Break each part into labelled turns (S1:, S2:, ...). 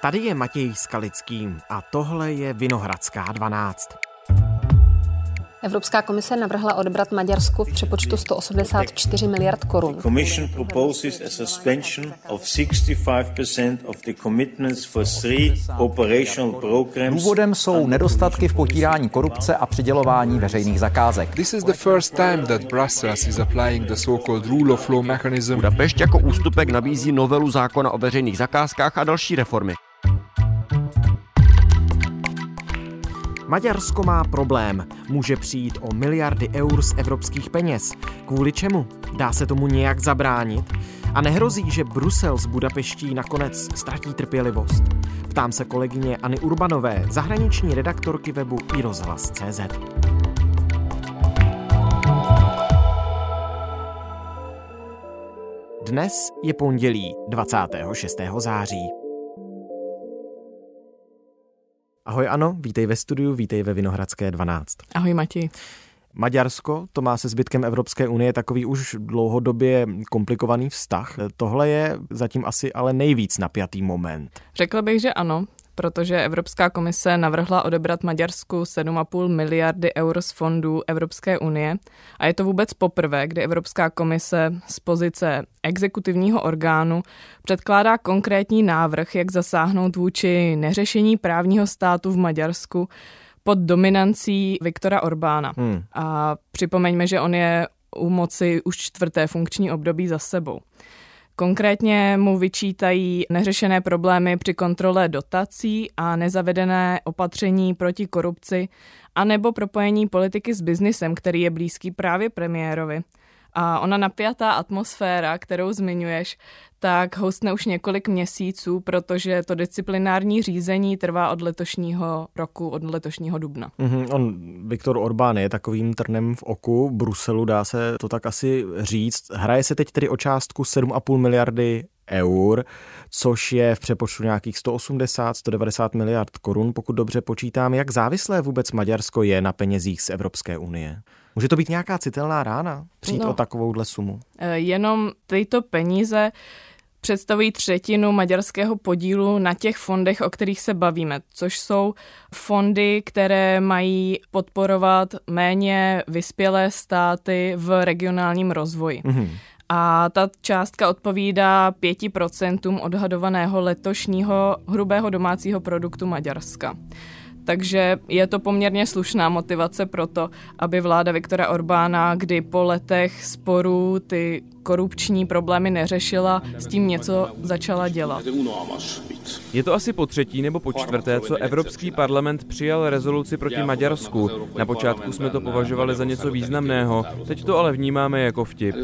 S1: Tady je Matěj Skalický a tohle je Vinohradská 12.
S2: Evropská komise navrhla odebrat Maďarsku v přepočtu 184 miliard korun.
S3: Commission proposes a suspension of 65% of the commitments for 3 operational programs.
S4: Důvodem jsou nedostatky v potírání korupce a přidělování veřejných zakázek.
S5: This is the first time that Brussels is applying the so-called rule of law mechanism.
S6: Budapešť jako ústupek nabízí novelu zákona o veřejných zakázkách a další reformy.
S1: Maďarsko má problém. Může přijít o miliardy eur z evropských peněz. Kvůli čemu? Dá se tomu nějak zabránit? A nehrozí, že Brusel s Budapeští nakonec ztratí trpělivost? Ptám se kolegyně Anny Urbanové, zahraniční redaktorky webu iRozhlas.cz. Dnes je pondělí 26. září. Ahoj Ano, vítej ve studiu, vítej ve Vinohradské 12.
S7: Ahoj Matěj.
S1: Maďarsko, to má se zbytkem Evropské unie takový už dlouhodobě komplikovaný vztah. Tohle je zatím asi ale nejvíc napjatý moment.
S7: Řekla bych, že ano, protože Evropská komise navrhla odebrat Maďarsku 7,5 miliardy eur z fondů Evropské unie a je to vůbec poprvé, kdy Evropská komise z pozice exekutivního orgánu předkládá konkrétní návrh, jak zasáhnout vůči neřešení právního státu v Maďarsku pod dominancí Viktora Orbána. A připomeňme, že on je u moci už 4. funkční období za sebou. Konkrétně mu vyčítají neřešené problémy při kontrole dotací a nezavedené opatření proti korupci anebo propojení politiky s biznisem, který je blízký právě premiérovi. A ona napjatá atmosféra, kterou zmiňuješ, tak houstne už několik měsíců, protože to disciplinární řízení trvá od letošního roku, od letošního dubna.
S1: Viktor Orbán je takovým trnem v oku Bruselu, dá se to tak asi říct. Hraje se teď tedy o částku 7,5 miliardy eur, což je v přepočtu nějakých 180-190 miliard korun, pokud dobře počítám. Jak závislé vůbec Maďarsko je na penězích z Evropské unie? Může to být nějaká citelná rána přijít o takovouhle sumu?
S7: Jenom tyto peníze představují 1/3 maďarského podílu na těch fondech, o kterých se bavíme, což jsou fondy, které mají podporovat méně vyspělé státy v regionálním rozvoji. A ta částka odpovídá 5% odhadovaného letošního hrubého domácího produktu Maďarska. Takže je to poměrně slušná motivace pro to, aby vláda Viktora Orbána, kdy po letech sporů ty korupční problémy neřešila, s tím něco začala dělat.
S8: Je to asi po 3. nebo po 4., co Evropský parlament přijal rezoluci proti Maďarsku. Na počátku jsme to považovali za něco významného, teď to ale vnímáme jako vtip.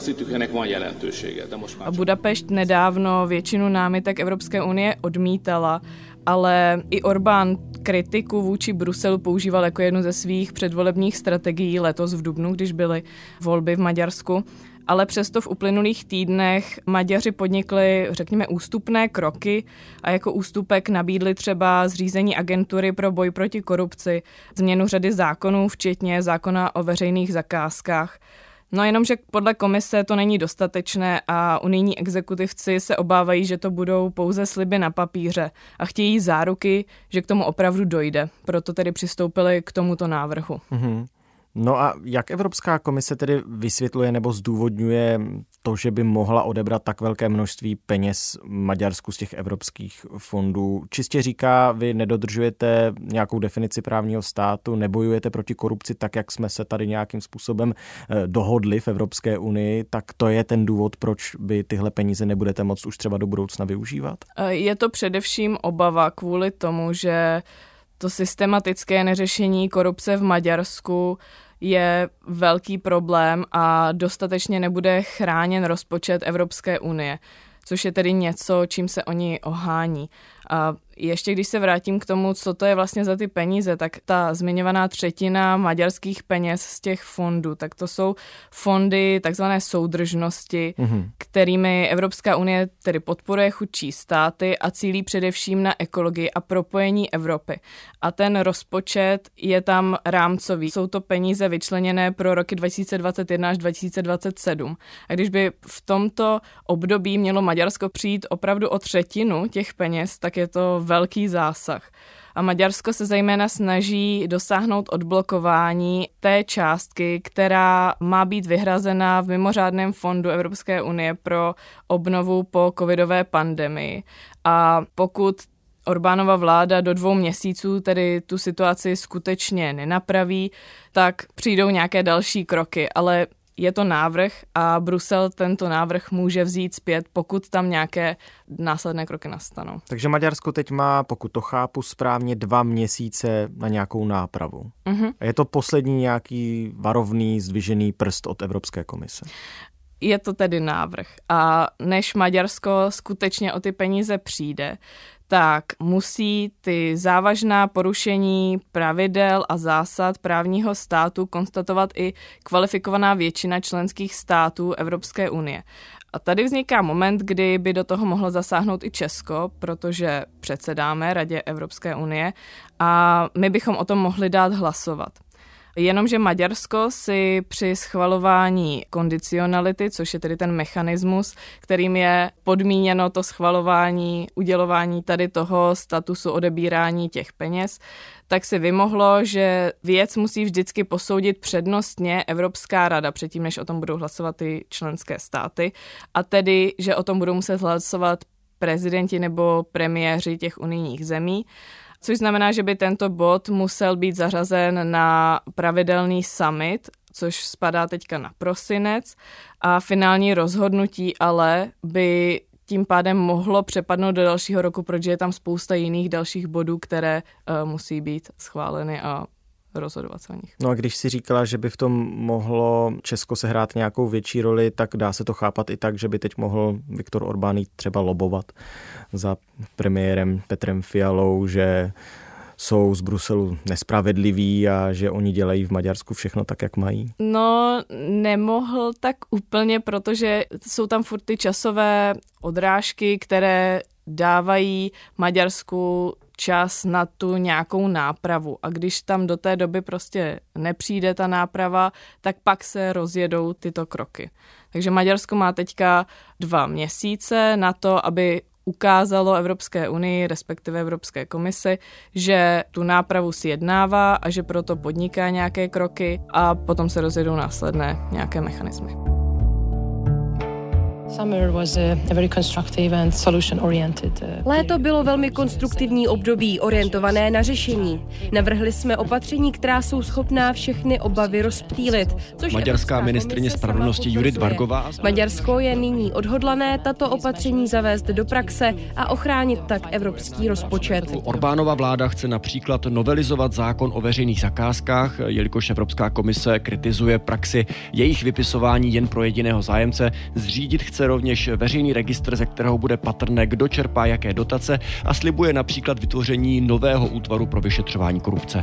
S7: A Budapešť nedávno většinu námitek Evropské unie odmítala, ale i Orbán kritiku vůči Bruselu používal jako jednu ze svých předvolebních strategií letos v dubnu, když byly volby v Maďarsku. Ale přesto v uplynulých týdnech Maďaři podnikli, řekněme, ústupné kroky a jako ústupek nabídli třeba zřízení agentury pro boj proti korupci, změnu řady zákonů, včetně zákona o veřejných zakázkách. No jenomže podle komise to není dostatečné a unijní exekutivci se obávají, že to budou pouze sliby na papíře a chtějí záruky, že k tomu opravdu dojde. Proto tedy přistoupili k tomuto návrhu.
S1: No a jak Evropská komise tedy vysvětluje nebo zdůvodňuje to, že by mohla odebrat tak velké množství peněz Maďarsku z těch evropských fondů? Čistě říká, vy nedodržujete nějakou definici právního státu, nebojujete proti korupci tak, jak jsme se tady nějakým způsobem dohodli v Evropské unii, tak to je ten důvod, proč by tyhle peníze nebudete moct už třeba do budoucna využívat?
S7: Je to především obava kvůli tomu, že to systematické neřešení korupce v Maďarsku je velký problém a dostatečně nebude chráněn rozpočet Evropské unie, což je tedy něco, čím se oni ohání. A ještě když se vrátím k tomu, co to je vlastně za ty peníze, tak ta zmiňovaná 1/3 maďarských peněz z těch fondů, tak to jsou fondy takzvané soudržnosti, kterými Evropská unie tedy podporuje chudší státy a cílí především na ekologii a propojení Evropy. A ten rozpočet je tam rámcový. Jsou to peníze vyčleněné pro roky 2021 až 2027. A když by v tomto období mělo Maďarsko přijít opravdu o 1/3 těch peněz, tak tak je to velký zásah. A Maďarsko se zejména snaží dosáhnout odblokování té částky, která má být vyhrazena v mimořádném fondu Evropské unie pro obnovu po covidové pandemii. A pokud Orbánova vláda do 2 měsíců tedy tu situaci skutečně nenapraví, tak přijdou nějaké další kroky, ale je to návrh a Brusel tento návrh může vzít zpět, pokud tam nějaké následné kroky nastanou.
S1: Takže Maďarsko teď má, pokud to chápu správně, 2 měsíce na nějakou nápravu. A je to poslední nějaký varovný zdvižený prst od Evropské komise?
S7: Je to tedy návrh. A než Maďarsko skutečně o ty peníze přijde, tak musí ty závažná porušení pravidel a zásad právního státu konstatovat i kvalifikovaná většina členských států Evropské unie. A tady vzniká moment, kdy by do toho mohlo zasáhnout i Česko, protože předsedáme Radě Evropské unie a my bychom o tom mohli dát hlasovat. Jenomže Maďarsko si při schvalování kondicionality, což je tedy ten mechanismus, kterým je podmíněno to schvalování, udělování tady toho statusu odebírání těch peněz, tak si vymohlo, že věc musí vždycky posoudit přednostně Evropská rada, předtím, než o tom budou hlasovat ty členské státy, a tedy, že o tom budou muset hlasovat prezidenti nebo premiéři těch unijních zemí. Což znamená, že by tento bod musel být zařazen na pravidelný summit, což spadá teďka na prosinec, a finální rozhodnutí ale by tím pádem mohlo přepadnout do dalšího roku, protože je tam spousta jiných dalších bodů, které musí být schváleny a rozhodovat se o nich.
S1: No a když si říkala, že by v tom mohlo Česko sehrát nějakou větší roli, tak dá se to chápat i tak, že by teď mohl Viktor Orbán jít třeba lobovat za premiérem Petrem Fialou, že jsou z Bruselu nespravedliví a že oni dělají v Maďarsku všechno tak, jak mají?
S7: No, nemohl tak úplně, protože jsou tam furt ty časové odrážky, které dávají Maďarsku čas na tu nějakou nápravu. A když tam do té doby prostě nepřijde ta náprava, tak pak se rozjedou tyto kroky. Takže Maďarsko má teďka 2 měsíce na to, aby ukázalo Evropské unii, respektive Evropské komisi, že tu nápravu sjednává a že proto podniká nějaké kroky a potom se rozjedou následné nějaké mechanismy.
S9: Léto bylo velmi konstruktivní období, orientované na řešení. Navrhli jsme opatření, která jsou schopná všechny obavy rozptýlit.
S6: Maďarská ministryně spravedlnosti Judith Vargová.
S9: Maďarsko je nyní odhodlané tato opatření zavést do praxe a ochránit tak evropský rozpočet.
S6: Orbánova vláda chce například novelizovat zákon o veřejných zakázkách, jelikož Evropská komise kritizuje praxi jejich vypisování jen pro jediného zájemce. Zřídit chce rovněž veřejný registr, ze kterého bude patrné, kdo čerpá jaké dotace, a slibuje například vytvoření nového útvaru pro vyšetřování korupce.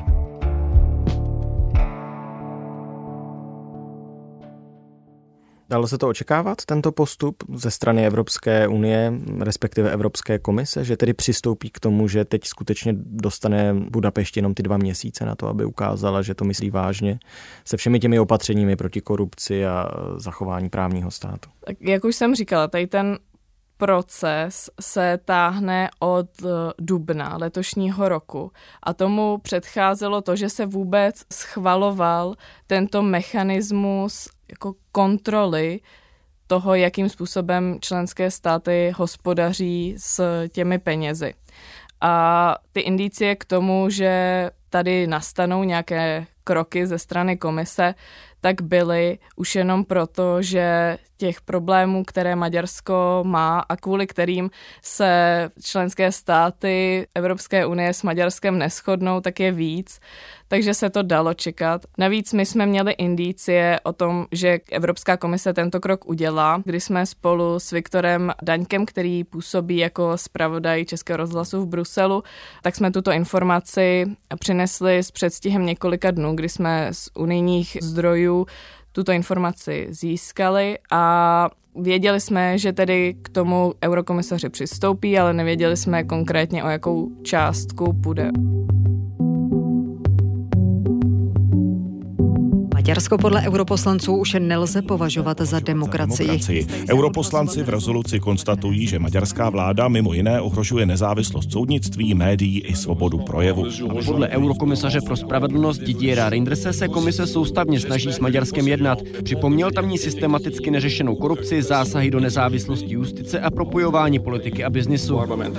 S1: Dalo se to očekávat, tento postup ze strany Evropské unie, respektive Evropské komise, že tedy přistoupí k tomu, že teď skutečně dostane Budapešť jenom ty 2 měsíce na to, aby ukázala, že to myslí vážně se všemi těmi opatřeními proti korupci a zachování právního státu?
S7: Tak jak už jsem říkala, tady ten proces se táhne od dubna letošního roku a tomu předcházelo to, že se vůbec schvaloval tento mechanismus jako kontroly toho, jakým způsobem členské státy hospodaří s těmi penězi. A ty indicie k tomu, že tady nastanou nějaké kroky ze strany komise, tak byly už jenom proto, že těch problémů, které Maďarsko má a kvůli kterým se členské státy Evropské unie s Maďarskem neshodnou, tak je víc. Takže se to dalo čekat. Navíc my jsme měli indicie o tom, že Evropská komise tento krok udělá, kdy jsme spolu s Viktorem Daňkem, který působí jako zpravodaj Českého rozhlasu v Bruselu, tak jsme tuto informaci přinesli s předstihem několika dnů, kdy jsme z unijních zdrojů tuto informaci získali a věděli jsme, že tedy k tomu eurokomisaři přistoupí, ale nevěděli jsme konkrétně, o jakou částku půjde.
S10: Maďarsko podle europoslanců už nelze považovat za demokracii.
S11: Europoslanci v rezoluci konstatují, že maďarská vláda mimo jiné ohrožuje nezávislost soudnictví, médií i svobodu projevu.
S6: Podle eurokomisaře pro spravedlnost Didiera Reynderse se komise soustavně snaží s Maďarskem jednat. Připomněl tamní systematicky neřešenou korupci, zásahy do nezávislosti justice a propojování politiky a biznisu.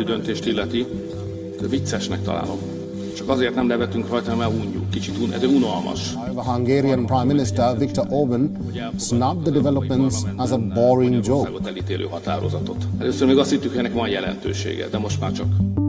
S12: Csak azért nem nevetünk rajta, mert unjuk. Kicsit unalmas.
S13: Hungarian Prime Minister Viktor Orbán snubbed the developments as a boring joke.
S12: Elítélő határozatot. Először még azt hittük, hogy ennek van jelentősége, de most már csak.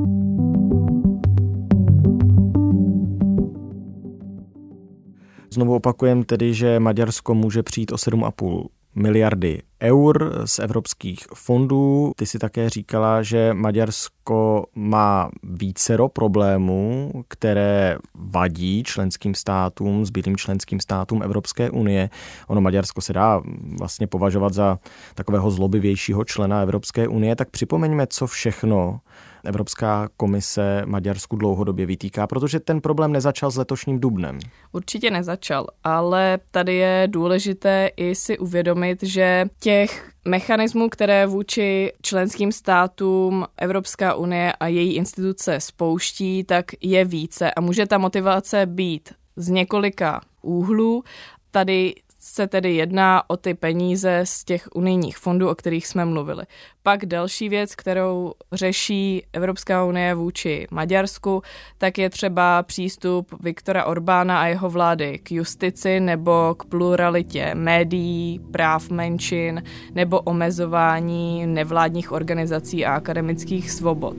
S1: Znovu opakujem tedy, že Maďarsko může přijít o 7,5 miliardy eur z evropských fondů. Ty si také říkala, že Maďarsko má vícero problémů, které vadí členským státům, zbylým členským státům Evropské unie. Ono Maďarsko se dá vlastně považovat za takového zlobivějšího člena Evropské unie, tak připomeňme, co všechno Evropská komise Maďarsku dlouhodobě vytýká, protože ten problém nezačal s letošním dubnem.
S7: Určitě nezačal, ale tady je důležité i si uvědomit, že těch mechanismů, které vůči členským státům Evropská unie a její instituce spouští, tak je více a může ta motivace být z několika úhlů. Tady se tedy jedná o ty peníze z těch unijních fondů, o kterých jsme mluvili. Pak další věc, kterou řeší Evropská unie vůči Maďarsku, tak je třeba přístup Viktora Orbána a jeho vlády k justici nebo k pluralitě médií, práv menšin nebo omezování nevládních organizací a akademických svobod.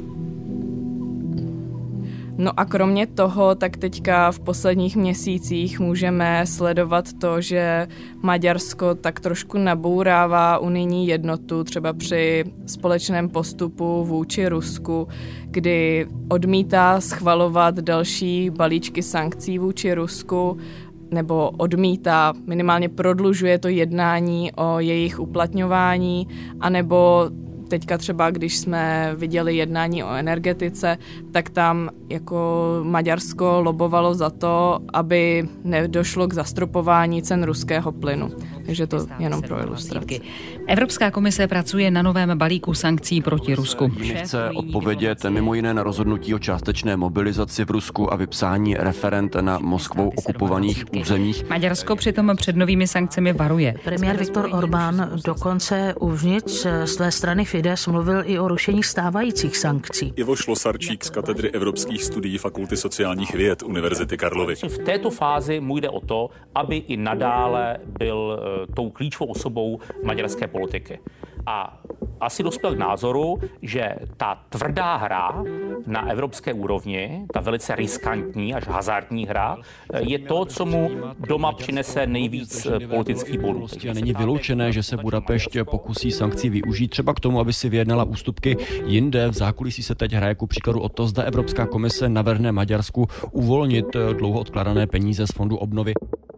S7: No a kromě toho, tak teďka v posledních měsících můžeme sledovat to, že Maďarsko tak trošku nabourává unijní jednotu, třeba při společném postupu vůči Rusku, kdy odmítá schvalovat další balíčky sankcí vůči Rusku, nebo odmítá, minimálně prodlužuje to jednání o jejich uplatňování, anebo teďka třeba, když jsme viděli jednání o energetice, tak tam jako Maďarsko lobovalo za to, aby nedošlo k zastropování cen ruského plynu. Takže to jenom pro ilustraci.
S10: Evropská komise pracuje na novém balíku sankcí proti Rusku.
S6: Chce odpovědět mimo jiné na rozhodnutí o částečné mobilizaci v Rusku a vypsání referend na Moskvou okupovaných územích.
S10: Maďarsko přitom před novými sankcemi varuje.
S14: Premiér Viktor Orbán dokonce uvnitř své strany Fidesz mluvil i o rušení stávajících sankcí.
S15: Ivo Šlosarčík z katedry evropských studií Fakulty sociálních věd Univerzity Karlovy.
S16: V této fázi mu jde o to, aby i nadále byl tou klíčovou osobou maďarské politiky. A asi dospěl k názoru, že ta tvrdá hra na evropské úrovni, ta velice riskantní až hazardní hra, je to, co mu doma přinese nejvíc politických bodů.
S6: Není vyloučené, že se Budapešť pokusí sankcí využít třeba k tomu, aby si vyjednala ústupky jinde. V zákulisí se teď hraje ku příkladu o to, zda Evropská komise navrhne Maďarsku uvolnit dlouho odkládané peníze z fondu obnovy.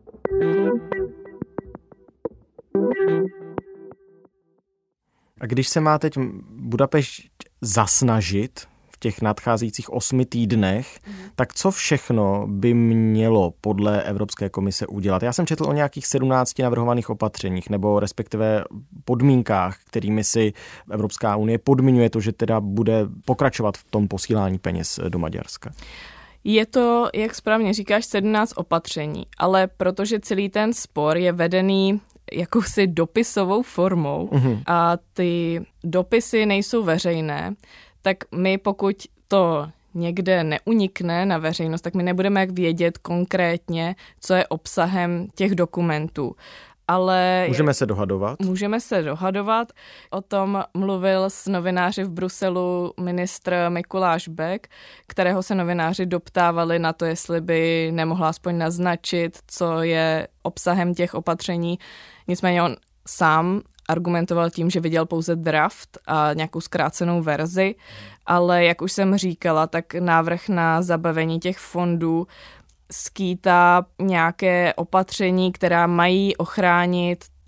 S1: A když se má teď Budapešť zasnažit v těch nadcházejících 8 týdnech, tak co všechno by mělo podle Evropské komise udělat? Já jsem četl o nějakých 17 navrhovaných opatřeních, nebo respektive podmínkách, kterými si Evropská unie podmiňuje to, že teda bude pokračovat v tom posílání peněz do Maďarska.
S7: Je to, jak správně říkáš, 17 opatření, ale protože celý ten spor je vedený jakousi dopisovou formou a ty dopisy nejsou veřejné, tak my, pokud to někde neunikne na veřejnost, tak my nebudeme vědět konkrétně, co je obsahem těch dokumentů. Ale
S1: můžeme se dohadovat?
S7: Můžeme se dohadovat. O tom mluvil s novináři v Bruselu ministr Mikuláš Bek, kterého se novináři doptávali na to, jestli by nemohla aspoň naznačit, co je obsahem těch opatření. Nicméně on sám argumentoval tím, že viděl pouze draft a nějakou zkrácenou verzi, ale jak už jsem říkala, tak návrh na zabavení těch fondů skýtá nějaké opatření, která mají ochránit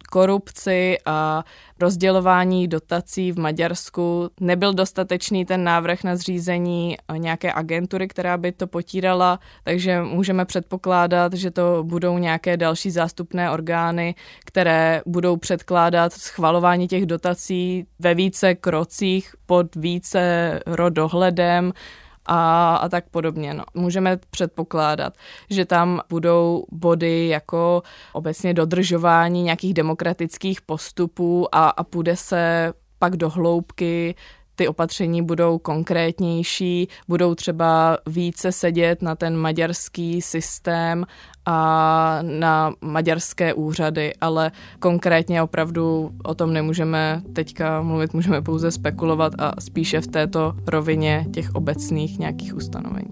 S7: korupci a rozdělování dotací v Maďarsku nebyl dostatečný ten návrh na zřízení nějaké agentury, která by to potírala, takže můžeme předpokládat, že to budou nějaké další zástupné orgány, které budou předkládat schvalování těch dotací ve více krocích pod více dohledem a tak podobně. No. Můžeme předpokládat, že tam budou body jako obecně dodržování nějakých demokratických postupů a půjde se pak do hloubky, ty opatření budou konkrétnější, budou třeba více sedět na ten maďarský systém a na maďarské úřady, ale konkrétně opravdu o tom nemůžeme teďka mluvit, můžeme pouze spekulovat a spíše v této rovině těch obecných nějakých ustanovení.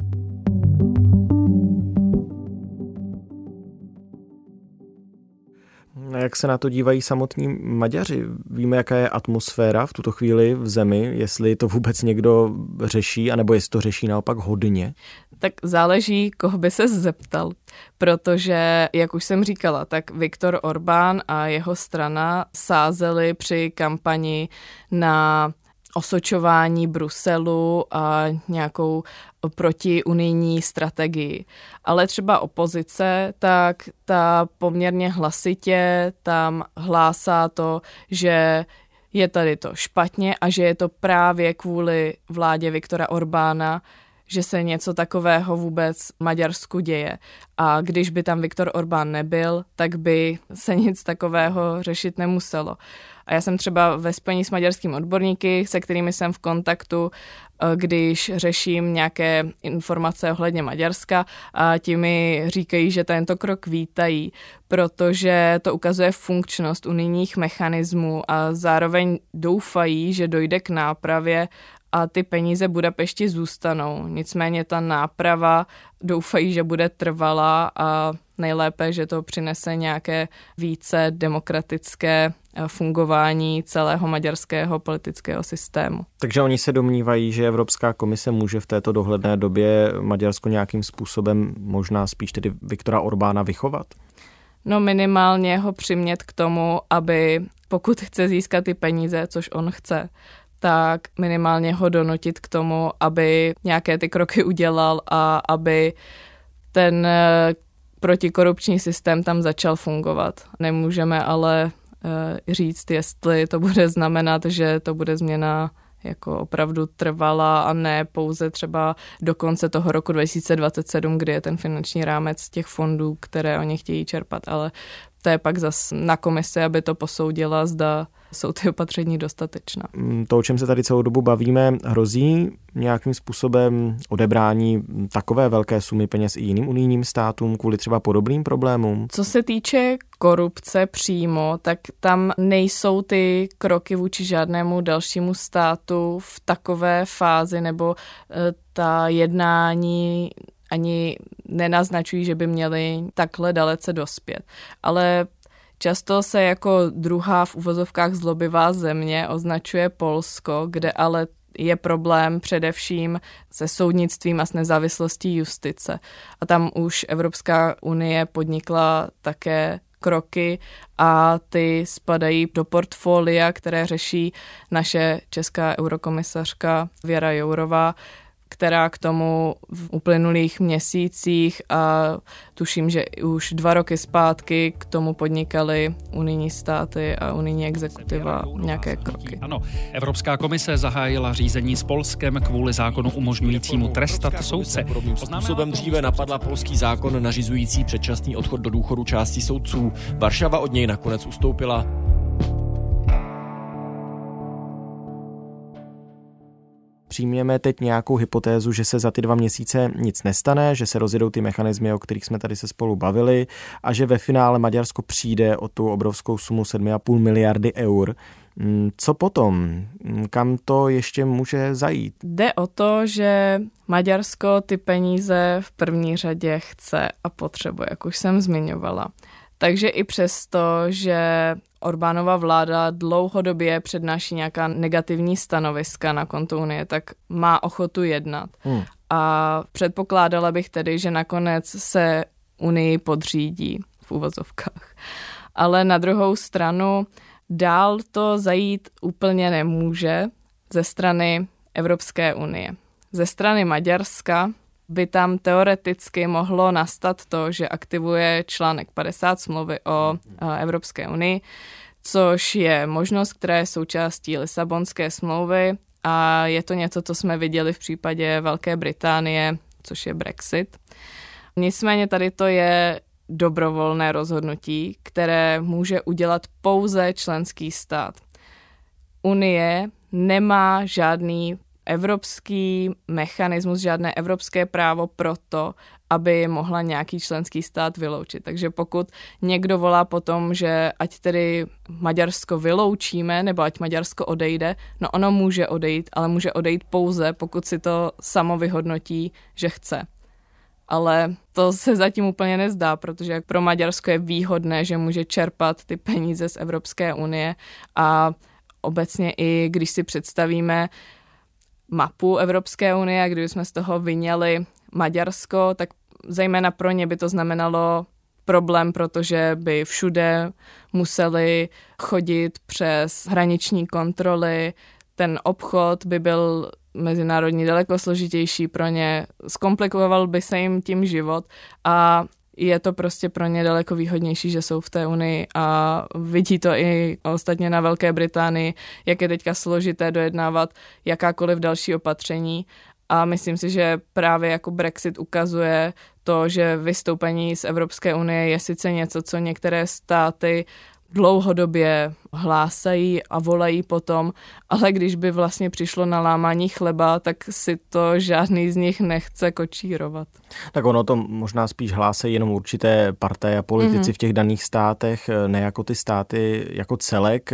S1: Jak se na to dívají samotní Maďaři? Víme, jaká je atmosféra v tuto chvíli v zemi, jestli to vůbec někdo řeší, anebo jestli to řeší naopak hodně?
S7: Tak záleží, koho by se zeptal, protože, jak už jsem říkala, tak Viktor Orbán a jeho strana sázeli při kampani na osočování Bruselu a nějakou protiunijní strategii. Ale třeba opozice, tak ta poměrně hlasitě tam hlásá to, že je tady to špatně a že je to právě kvůli vládě Viktora Orbána, že se něco takového vůbec v Maďarsku děje. A když by tam Viktor Orbán nebyl, tak by se nic takového řešit nemuselo. A já jsem třeba ve spojení s maďarskými odborníky, se kterými jsem v kontaktu, když řeším nějaké informace ohledně Maďarska, a ti mi říkají, že tento krok vítají, protože to ukazuje funkčnost unijních mechanismů a zároveň doufají, že dojde k nápravě a ty peníze Budapešti zůstanou. Nicméně ta náprava doufají, že bude trvalá a nejlépe, že to přinese nějaké více demokratické fungování celého maďarského politického systému.
S1: Takže oni se domnívají, že Evropská komise může v této dohledné době Maďarsko nějakým způsobem, možná spíš tedy Viktora Orbána, vychovat?
S7: No minimálně ho přimět k tomu, aby pokud chce získat ty peníze, což on chce, tak minimálně ho donutit k tomu, aby nějaké ty kroky udělal a aby ten protikorupční systém tam začal fungovat. Nemůžeme ale říct, jestli to bude znamenat, že to bude změna jako opravdu trvalá a ne pouze třeba do konce toho roku 2027, kdy je ten finanční rámec těch fondů, které oni chtějí čerpat, ale to je pak zas na komisi, aby to posoudila, zda jsou ty opatření dostatečná.
S1: To, o čem se tady celou dobu bavíme, hrozí nějakým způsobem odebrání takové velké sumy peněz i jiným unijním státům kvůli třeba podobným problémům?
S7: Co se týče korupce přímo, tak tam nejsou ty kroky vůči žádnému dalšímu státu v takové fázi, nebo ta jednání ani nenaznačují, že by měli takhle dalece dospět. Ale často se jako druhá v uvozovkách zlobivá země označuje Polsko, kde ale je problém především se soudnictvím a s nezávislostí justice. A tam už Evropská unie podnikla také kroky a ty spadají do portfolia, které řeší naše česká eurokomisařka Věra Jourová, která k tomu v uplynulých měsících a tuším, že už 2 roky zpátky k tomu podnikaly unijní státy a unijní exekutiva nějaké kroky.
S17: Ano, Evropská komise zahájila řízení s Polskem kvůli zákonu umožňujícímu trestat soudce.
S6: Způsobem dříve napadla polský zákon nařizující předčasný odchod do důchodu části soudců. Varšava od něj nakonec ustoupila.
S1: Přijměme teď nějakou hypotézu, že se za ty 2 měsíce nic nestane, že se rozjedou ty mechanismy, o kterých jsme tady se spolu bavili a že ve finále Maďarsko přijde o tu obrovskou sumu 7,5 miliardy eur. Co potom? Kam to ještě může zajít?
S7: Jde o to, že Maďarsko ty peníze v první řadě chce a potřebuje, jak už jsem zmiňovala. Takže i přesto, že Orbánova vláda dlouhodobě přednáší nějaká negativní stanoviska na konto Unie, tak má ochotu jednat. A předpokládala bych tedy, že nakonec se Unii podřídí v uvozovkách. ale na druhou stranu dál to zajít úplně nemůže ze strany Evropské unie. Ze strany Maďarska by tam teoreticky mohlo nastat to, že aktivuje článek 50 smlouvy o Evropské unii, což je možnost, která je součástí Lisabonské smlouvy a je to něco, co jsme viděli v případě Velké Británie, což je Brexit. Nicméně tady to je dobrovolné rozhodnutí, které může udělat pouze členský stát. Unie nemá žádný evropský mechanismus, žádné evropské právo pro to, aby mohla nějaký členský stát vyloučit. Takže pokud někdo volá po tom, že ať tedy Maďarsko vyloučíme, nebo ať Maďarsko odejde, no ono může odejít, ale může odejít pouze, pokud si to samo vyhodnotí, že chce. Ale to se zatím úplně nezdá, protože pro Maďarsko je výhodné, že může čerpat ty peníze z Evropské unie a obecně i když si představíme mapu Evropské unie, kdybychom z toho vyňali Maďarsko, tak zejména pro ně by to znamenalo problém, protože by všude museli chodit přes hraniční kontroly, ten obchod by byl mezinárodní daleko složitější pro ně, zkomplikoval by se jim tím život a je to prostě pro ně daleko výhodnější, že jsou v té unii a vidí to i ostatně na Velké Británii, jak je teďka složité dojednávat jakákoliv další opatření a myslím si, že právě jako Brexit ukazuje to, že vystoupení z Evropské unie je sice něco, co některé státy dlouhodobě hlásají a volají potom, ale když by vlastně přišlo na lámání chleba, tak si to žádný z nich nechce kočírovat.
S1: Tak ono to možná spíš hlásají jenom určité partaje a politici v těch daných státech, ne jako ty státy jako celek,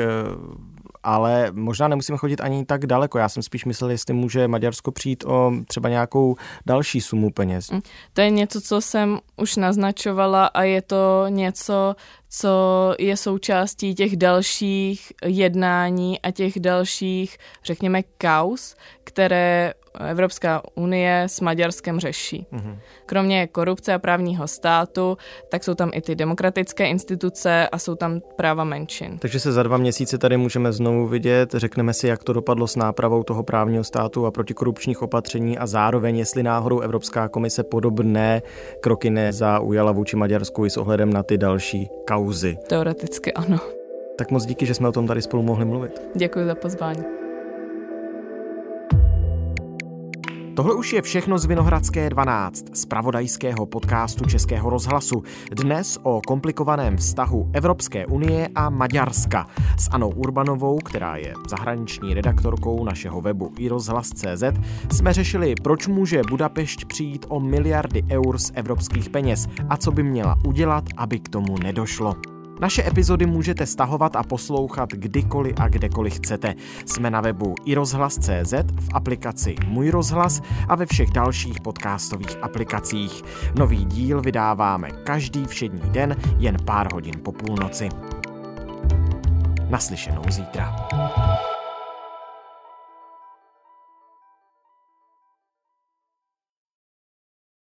S1: ale možná nemusíme chodit ani tak daleko. Já jsem spíš myslel, jestli může Maďarsko přijít o třeba nějakou další sumu peněz.
S7: To je něco, co jsem už naznačovala a je to něco, co je součástí těch dalších jednání a těch dalších, řekněme, kauz, které Evropská unie s Maďarskem řeší. Kromě korupce a právního státu, tak jsou tam i ty demokratické instituce a jsou tam práva menšin.
S1: Takže se za 2 měsíce tady můžeme znovu vidět, řekneme si, jak to dopadlo s nápravou toho právního státu a protikorupčních opatření a zároveň, jestli náhodou Evropská komise podobné kroky nezaujala vůči Maďarsku i s ohledem na ty další kauzy.
S7: Teoreticky ano.
S1: Tak moc díky, že jsme o tom tady spolu mohli mluvit.
S7: Děkuji za pozvání.
S1: Tohle už je všechno z Vinohradské 12, zpravodajského podcastu Českého rozhlasu. Dnes o komplikovaném vztahu Evropské unie a Maďarska s Anou Urbanovou, která je zahraniční redaktorkou našeho webu iRozhlas.cz, jsme řešili, proč může Budapešť přijít o miliardy eur z evropských peněz a co by měla udělat, aby k tomu nedošlo. Naše epizody můžete stahovat a poslouchat kdykoliv a kdekoliv chcete. Jsme na webu iRozhlas.cz, v aplikaci Můj rozhlas a ve všech dalších podcastových aplikacích. Nový díl vydáváme každý všední den, jen pár hodin po půlnoci. Naslyšenou zítra.